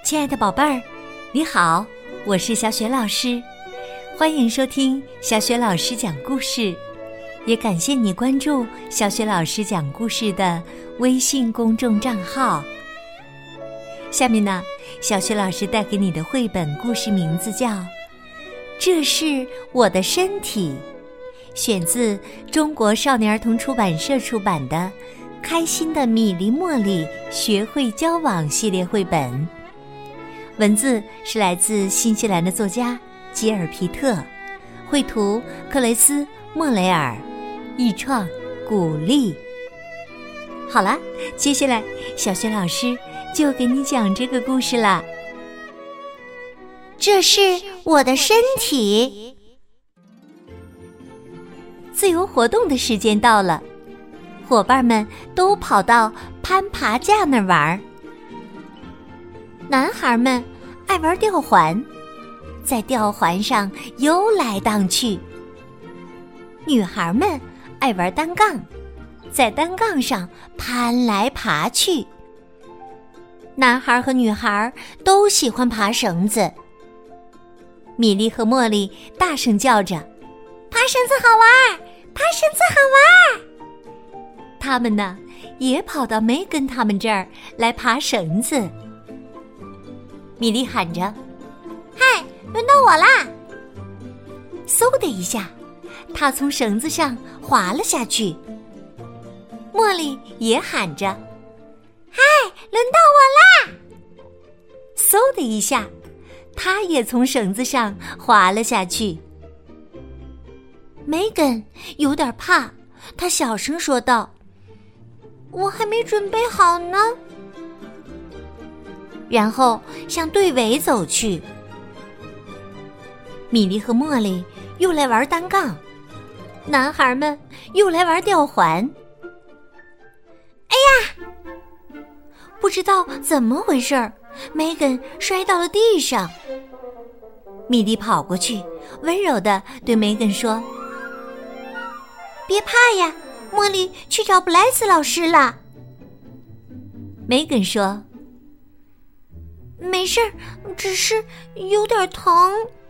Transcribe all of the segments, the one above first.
亲爱的宝贝儿，你好，我是小雪老师，欢迎收听小雪老师讲故事，也感谢你关注小雪老师讲故事的微信公众账号。下面呢，小雪老师带给你的绘本故事名字叫《这是我的身体》，选自中国少年儿童出版社出版的《开心的米粒茉莉学会交往》系列绘本。文字是来自新西兰的作家吉尔皮特，绘图克雷斯莫雷尔，译创古丽。好了，接下来小雪老师就给你讲这个故事啦。 这是我的身体。 自由活动的时间到了，伙伴们都跑到攀爬架那儿玩。男孩们爱玩吊环，在吊环上游来荡去。女孩们爱玩单杠，在单杠上攀来爬去。男孩和女孩都喜欢爬绳子。米莉和茉莉大声叫着：爬绳子好玩，爬绳子好玩！他们呢，也跑到梅根他们这儿来爬绳子。米莉喊着： 嗨，轮到我啦！ 嗖的一下，她从绳子上滑了下去。茉莉也喊着： 嗨，轮到我啦！ 嗖的一下，她也从绳子上滑了下去。梅根有点怕，她小声说道： 我还没准备好呢。 然后向队尾走去。米莉和茉莉又来玩单杠，男孩们又来玩吊环。 哎呀， 不知道怎么回事儿，梅根摔到了地上。米莉跑过去，温柔地对梅根说： 别怕呀，茉莉去找布莱斯老师了。 梅根说： 没事儿，只是有点疼。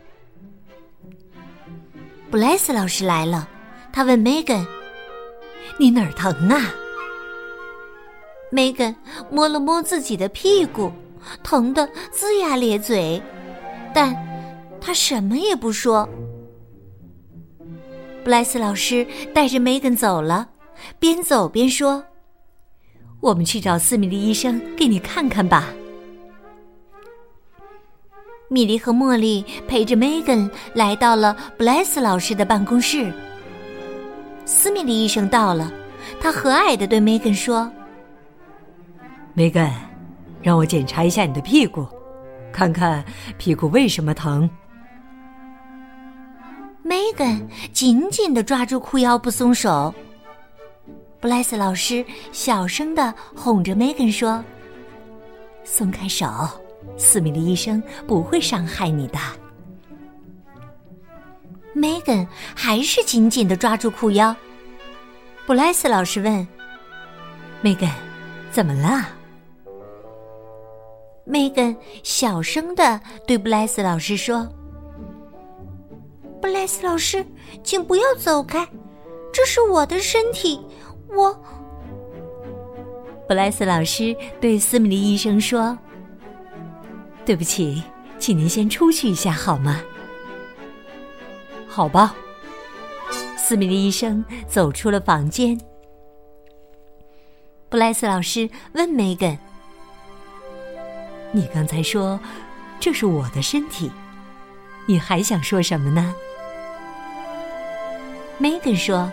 布莱斯老师来了，他问梅根：你哪儿疼啊？梅根摸了摸自己的屁股，疼得龇牙咧嘴，但他什么也不说。布莱斯老师带着梅根走了，边走边说：我们去找斯米莉医生给你看看吧。米莉和茉莉陪着梅根来到了布莱斯老师的办公室。斯米莉医生到了，他和蔼地对梅根说： 梅根，让我检查一下你的屁股，看看屁股为什么疼。 梅根紧紧地抓住裤腰不松手。布莱斯老师小声地哄着梅根说：松开手，斯米莉医生不会伤害你的。梅根还是紧紧地抓住裤腰。布莱斯老师问：梅根，怎么了？梅根小声地对布莱斯老师说： 布莱斯老师，请不要走开，这是我的身体， 布莱斯老师对斯米莉医生说：对不起，请您先出去一下好吗？ 好吧。 斯米莉医生走出了房间。布莱斯老师问梅根：你刚才说这是我的身体，你还想说什么呢？梅根说：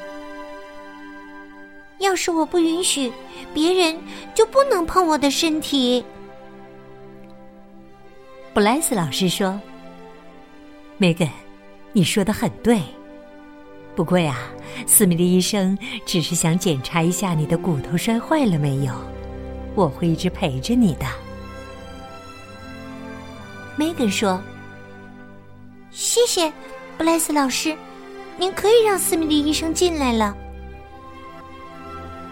要是我不允许，别人就不能碰我的身体。 布莱斯老师说：梅根，你说得很对，不过呀，斯米莉医生只是想检查一下你的骨头摔坏了没有，我会一直陪着你的。梅根说： 谢谢，布莱斯老师，您可以让斯米莉医生进来了。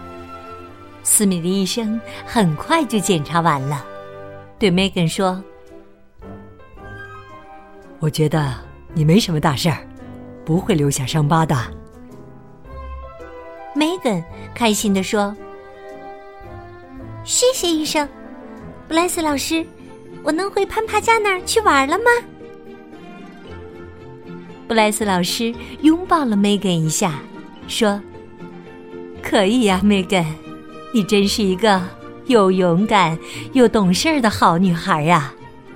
斯米莉医生很快就检查完了，对梅根说： 我觉得你没什么大事儿，不会留下伤疤的。 梅根开心地说：“ 谢谢医生。布莱斯老师，我能回潘帕家那儿去玩了吗？” 布莱斯老师拥抱了梅根一下，说：“可以呀，梅根，你真是一个又勇敢又懂事的好女孩啊。”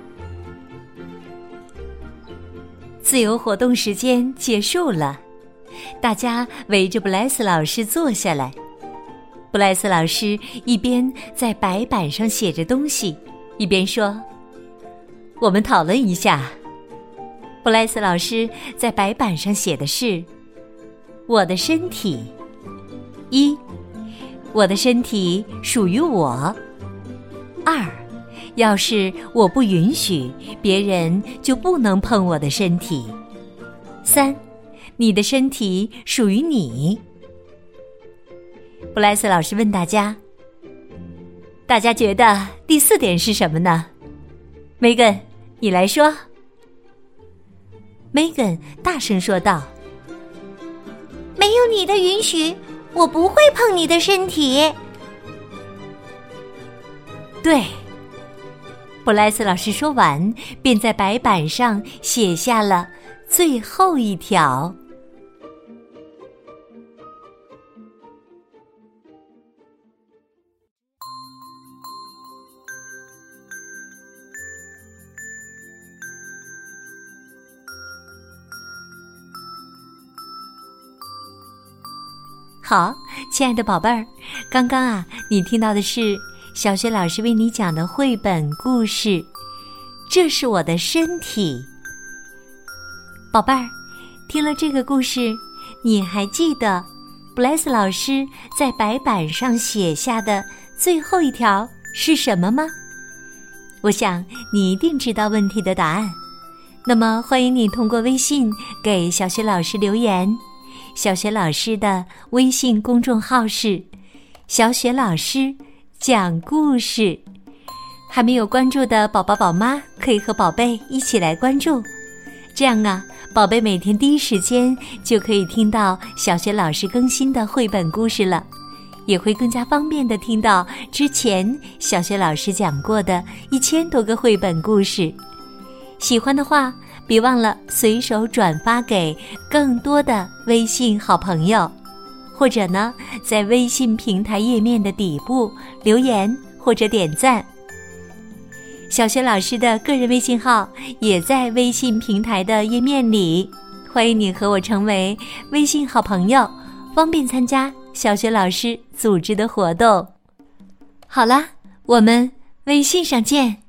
自由活动时间结束了，大家围着布莱斯老师坐下来。布莱斯老师一边在白板上写着东西，一边说：“我们讨论一下。”布莱斯老师在白板上写的是：“我的身体。1. 我的身体属于我。2. 要是我不允许，别人就不能碰我的身体。3. 你的身体属于你。”布莱斯老师问大家觉得第4点是什么呢？梅根，你来说。梅根大声说道：“ 没有你的允许，我不会碰你的身体。” 对，布莱斯老师说完，便在白板上写下了最后一条。好，亲爱的宝贝儿，刚刚你听到的是小雪老师为你讲的绘本故事《这是我的身体》。宝贝儿，听了这个故事，你还记得布莱斯老师在白板上写下的最后一条是什么吗？我想你一定知道问题的答案。那么欢迎你通过微信给小雪老师留言。小雪老师的微信公众号是小雪老师讲故事，还没有关注的宝宝宝妈可以和宝贝一起来关注，这样宝贝每天第一时间就可以听到小雪老师更新的绘本故事了，也会更加方便地听到之前小雪老师讲过的1000多个绘本故事。喜欢的话，别忘了随手转发给更多的微信好朋友，或者在微信平台页面的底部留言或者点赞。小雪老师的个人微信号也在微信平台的页面里，欢迎你和我成为微信好朋友，方便参加小雪老师组织的活动。好了，我们微信上见。